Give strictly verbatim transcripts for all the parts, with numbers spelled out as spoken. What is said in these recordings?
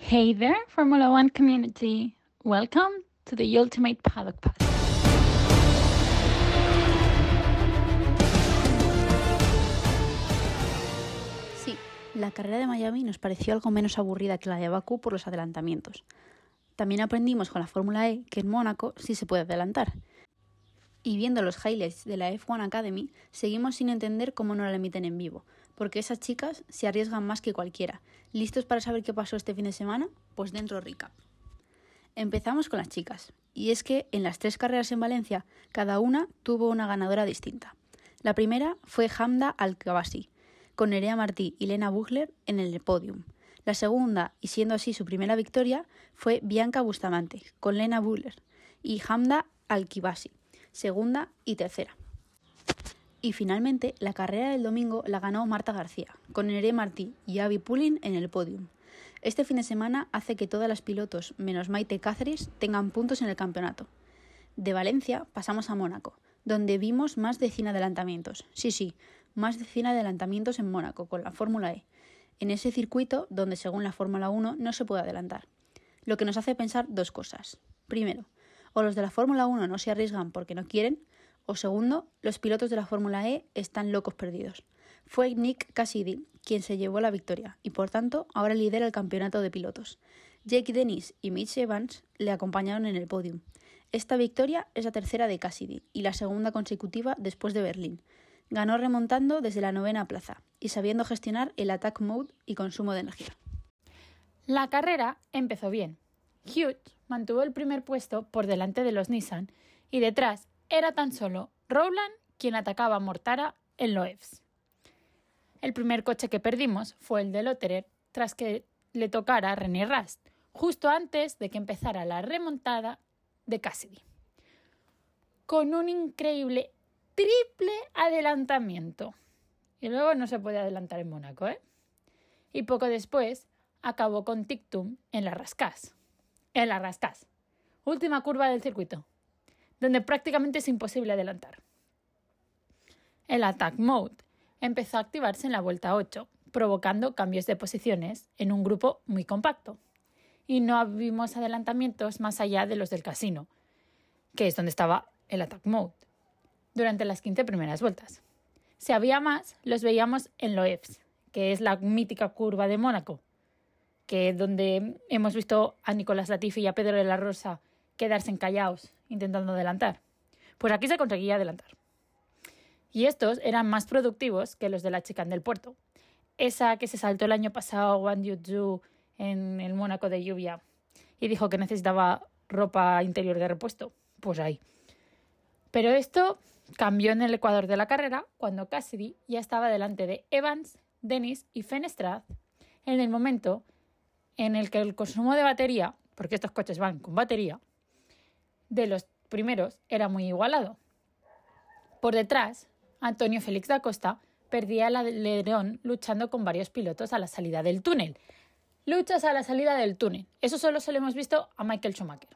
Hey there, Formula One community. Welcome to the Ultimate Paddock Pass. Sí, la carrera de Miami nos pareció algo menos aburrida que la de Bakú por los adelantamientos. También aprendimos con la Fórmula E que en Mónaco sí se puede adelantar. Y viendo los highlights de la F uno Academy, seguimos sin entender cómo no la emiten en vivo, porque esas chicas se arriesgan más que cualquiera. ¿Listos para saber qué pasó este fin de semana? Pues dentro recap. Empezamos con las chicas, y es que en las tres carreras en Valencia, cada una tuvo una ganadora distinta. La primera fue Hamda Al-Khabasi, con Nerea Martí y Lena Buchler en el podium. La segunda, y siendo así su primera victoria, fue Bianca Bustamante, con Lena Buchler y Hamda Al-Khabasi, segunda y tercera. Y finalmente, la carrera del domingo la ganó Marta García, con Nerea Martí y Avi Pulling en el podium. Este fin de semana hace que todas las pilotos, menos Maite Cáceres, tengan puntos en el campeonato. De Valencia pasamos a Mónaco, donde vimos más de cien adelantamientos. Sí, sí, más de cien adelantamientos en Mónaco, con la Fórmula E. En ese circuito donde, según la Fórmula uno, no se puede adelantar. Lo que nos hace pensar dos cosas. Primero, o los de la Fórmula uno no se arriesgan porque no quieren, o segundo, los pilotos de la Fórmula E están locos perdidos. Fue Nick Cassidy quien se llevó la victoria y, por tanto, ahora lidera el campeonato de pilotos. Jake Dennis y Mitch Evans le acompañaron en el podium. Esta victoria es la tercera de Cassidy y la segunda consecutiva después de Berlín. Ganó remontando desde la novena plaza y sabiendo gestionar el attack mode y consumo de energía. La carrera empezó bien. Hughes mantuvo el primer puesto por delante de los Nissan y detrás era tan solo Rowland quien atacaba a Mortara en Loebs. El primer coche que perdimos fue el de Lotterer tras que le tocara a René Rast, justo antes de que empezara la remontada de Cassidy, con un increíble triple adelantamiento. Y luego no se puede adelantar en Mónaco, ¿eh? Y poco después acabó con Tictum en la Rascas. En la Rascas, última curva del circuito, donde prácticamente es imposible adelantar. El Attack Mode empezó a activarse en la vuelta ocho, provocando cambios de posiciones en un grupo muy compacto. Y no vimos adelantamientos más allá de los del casino, que es donde estaba el Attack Mode, durante las quince primeras vueltas. Si había más, los veíamos en Loebs, que es la mítica curva de Mónaco, que es donde hemos visto a Nicolás Latifi y a Pedro de la Rosa quedarse encallados intentando adelantar. Pues aquí se conseguía adelantar. Y estos eran más productivos que los de la Chicane del Puerto. Esa que se saltó el año pasado Wang Yuzhu en el Mónaco de lluvia y dijo que necesitaba ropa interior de repuesto. Pues ahí. Pero esto cambió en el ecuador de la carrera cuando Cassidy ya estaba delante de Evans, Dennis y Fenestraz en el momento en el que el consumo de batería, porque estos coches van con batería, de los primeros era muy igualado. Por detrás, Antonio Félix da Costa perdía el alerón luchando con varios pilotos a la salida del túnel. Luchas a la salida del túnel. Eso solo se lo hemos visto a Michael Schumacher.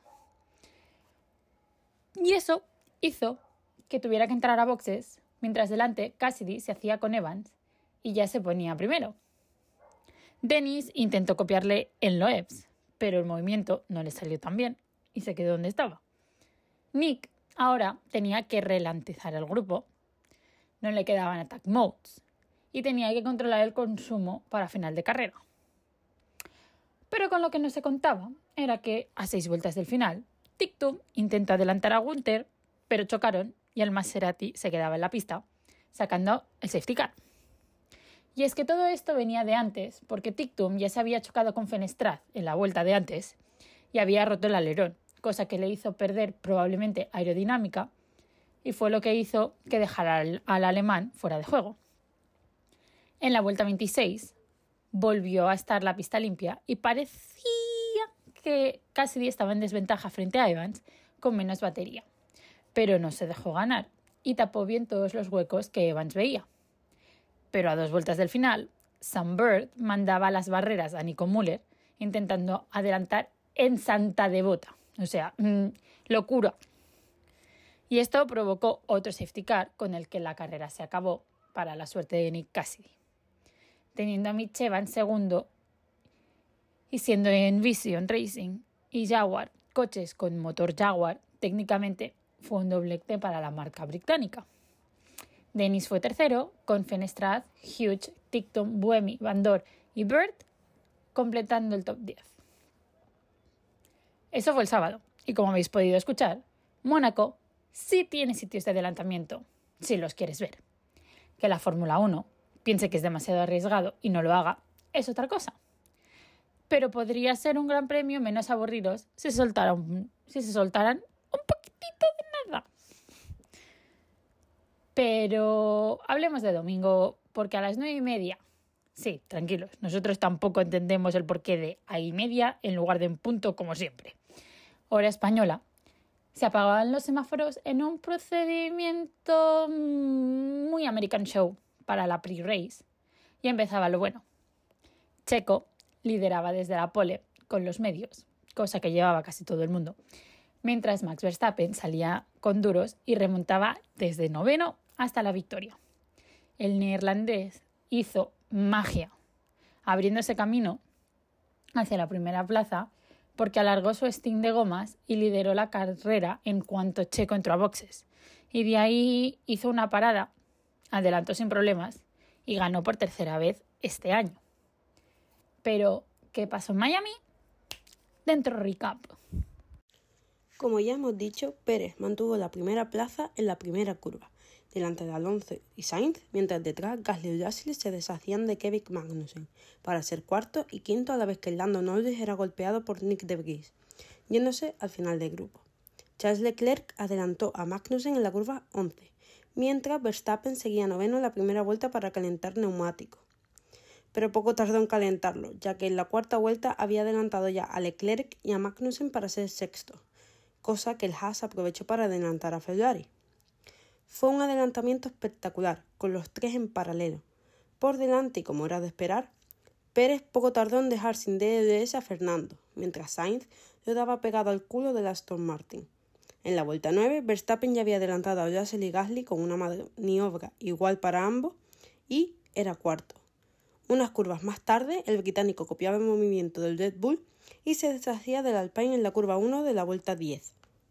Y eso hizo que tuviera que entrar a boxes, mientras delante Cassidy se hacía con Evans y ya se ponía primero. Dennis intentó copiarle en Loebs, pero el movimiento no le salió tan bien y se quedó donde estaba. Nick ahora tenía que ralentizar el grupo, no le quedaban attack modes y tenía que controlar el consumo para final de carrera. Pero con lo que no se contaba era que a seis vueltas del final, Tictum intentó adelantar a Gunther, pero chocaron y el Maserati se quedaba en la pista, sacando el safety car. Y es que todo esto venía de antes, porque Tictum ya se había chocado con Fenestraz en la vuelta de antes y había roto el alerón, cosa que le hizo perder probablemente aerodinámica y fue lo que hizo que dejara al, al alemán fuera de juego. En la vuelta veintiséis volvió a estar la pista limpia y parecía que Cassidy estaba en desventaja frente a Evans con menos batería, pero no se dejó ganar y tapó bien todos los huecos que Evans veía. Pero a dos vueltas del final, Sam Bird mandaba las barreras a Nico Müller intentando adelantar en Santa Devota. O sea, mmm, locura. Y esto provocó otro safety car con el que la carrera se acabó para la suerte de Nick Cassidy, teniendo a Mitch Evans segundo Y siendo Envision Racing y Jaguar coches con motor Jaguar, técnicamente fue un doblete para la marca británica. Dennis fue tercero, con Fenestrad, Hughes, Tickton, Buemi, Bandor y Bird completando el top diez. Eso fue el sábado, y como habéis podido escuchar, Mónaco sí tiene sitios de adelantamiento, si los quieres ver. Que la Fórmula uno piense que es demasiado arriesgado y no lo haga, es otra cosa. Pero podría ser un gran premio menos aburrido si, soltaran, si se soltaran un poquitito de nada. Pero hablemos de domingo, porque a las nueve y media, sí, tranquilos, nosotros tampoco entendemos el porqué de a y media en lugar de en punto como siempre. Hora española, se apagaban los semáforos en un procedimiento muy American Show para la pre-race y empezaba lo bueno. Checo lideraba desde la pole con los medios, cosa que llevaba casi todo el mundo, mientras Max Verstappen salía con duros y remontaba desde noveno hasta la victoria. El neerlandés hizo magia, abriéndose camino hacia la primera plaza porque alargó su stint de gomas y lideró la carrera en cuanto Checo entró a boxes. Y de ahí hizo una parada, adelantó sin problemas y ganó por tercera vez este año. Pero, ¿qué pasó en Miami? Dentro recap. Como ya hemos dicho, Pérez mantuvo la primera plaza en la primera curva, delante de Alonso y Sainz, mientras detrás Gasly y Russell se deshacían de Kevin Magnussen para ser cuarto y quinto a la vez que Lando Norris era golpeado por Nick de Vries, yéndose al final del grupo. Charles Leclerc adelantó a Magnussen en la curva once, mientras Verstappen seguía noveno en la primera vuelta para calentar neumáticos. Pero poco tardó en calentarlo, ya que en la cuarta vuelta había adelantado ya a Leclerc y a Magnussen para ser sexto, cosa que el Haas aprovechó para adelantar a Ferrari. Fue un adelantamiento espectacular, con los tres en paralelo. Por delante, y como era de esperar, Pérez poco tardó en dejar sin D R S a Fernando, mientras Sainz lo daba pegado al culo del Aston Martin. En la vuelta nueve, Verstappen ya había adelantado a Russell y Gasly con una maniobra igual para ambos y era cuarto. Unas curvas más tarde, el británico copiaba el movimiento del Red Bull y se deshacía del Alpine en la curva uno de la vuelta diez.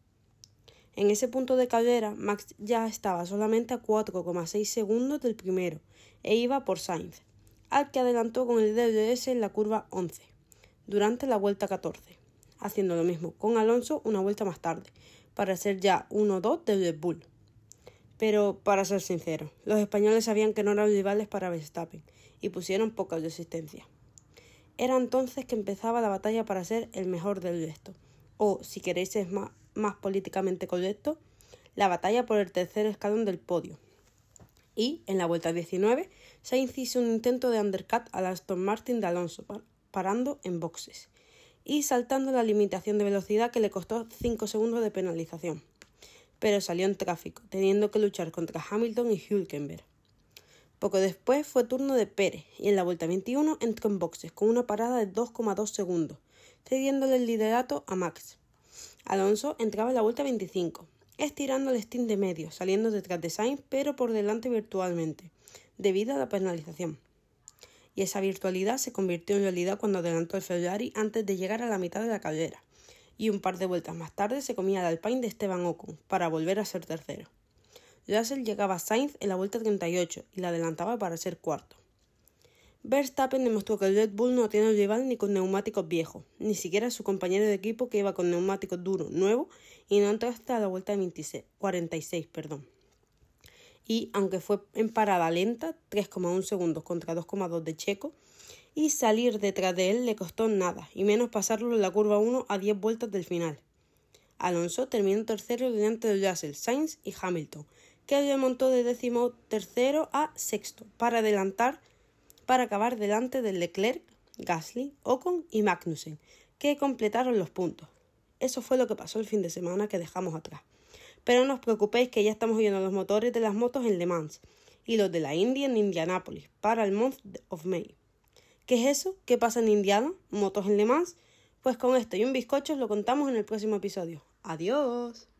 En ese punto de carrera, Max ya estaba solamente a cuatro coma seis segundos del primero e iba por Sainz, al que adelantó con el D R S en la curva once, durante la vuelta catorce, haciendo lo mismo con Alonso una vuelta más tarde, para ser ya uno dos del Red Bull. Pero, para ser sinceros, los españoles sabían que no eran rivales para Verstappen y pusieron poca resistencia. Era entonces que empezaba la batalla para ser el mejor del resto, o, si queréis ser más, más políticamente correcto, la batalla por el tercer escalón del podio. Y, en la vuelta diecinueve, Sainz hizo un intento de undercut al Aston Martin de Alonso, parando en boxes y saltando la limitación de velocidad que le costó cinco segundos de penalización, pero salió en tráfico, teniendo que luchar contra Hamilton y Hülkenberg. Poco después fue turno de Pérez y en la vuelta veintiuno entró en boxes con una parada de dos coma dos segundos, cediéndole el liderato a Max. Alonso entraba en la vuelta veinticinco, estirando el stint de medio, saliendo detrás de Sainz pero por delante virtualmente, debido a la penalización. Y esa virtualidad se convirtió en realidad cuando adelantó el Ferrari antes de llegar a la mitad de la carrera, y un par de vueltas más tarde se comía el Alpine de Esteban Ocon para volver a ser tercero. Russell llegaba a Sainz en la vuelta treinta y ocho y la adelantaba para ser cuarto. Verstappen demostró que el Red Bull no tiene rival ni con neumáticos viejos, ni siquiera su compañero de equipo que iba con neumáticos duros nuevos y no entró hasta la vuelta veintiséis, cuarenta y seis. Perdón. Y, aunque fue en parada lenta, tres coma uno segundos contra dos coma dos de Checo, y salir detrás de él le costó nada, y menos pasarlo en la curva uno a diez vueltas del final. Alonso terminó tercero delante de Russell, Sainz y Hamilton, que remontó de décimo tercero a sexto para adelantar, para acabar delante de Leclerc, Gasly, Ocon y Magnussen, que completaron los puntos. Eso fue lo que pasó el fin de semana que dejamos atrás. Pero no os preocupéis que ya estamos viendo los motores de las motos en Le Mans y los de la Indy en Indianápolis para el Month of May. ¿Qué es eso? ¿Qué pasa en Indiana? ¿Motos en Le Mans? Pues con esto y un bizcocho os lo contamos en el próximo episodio. ¡Adiós!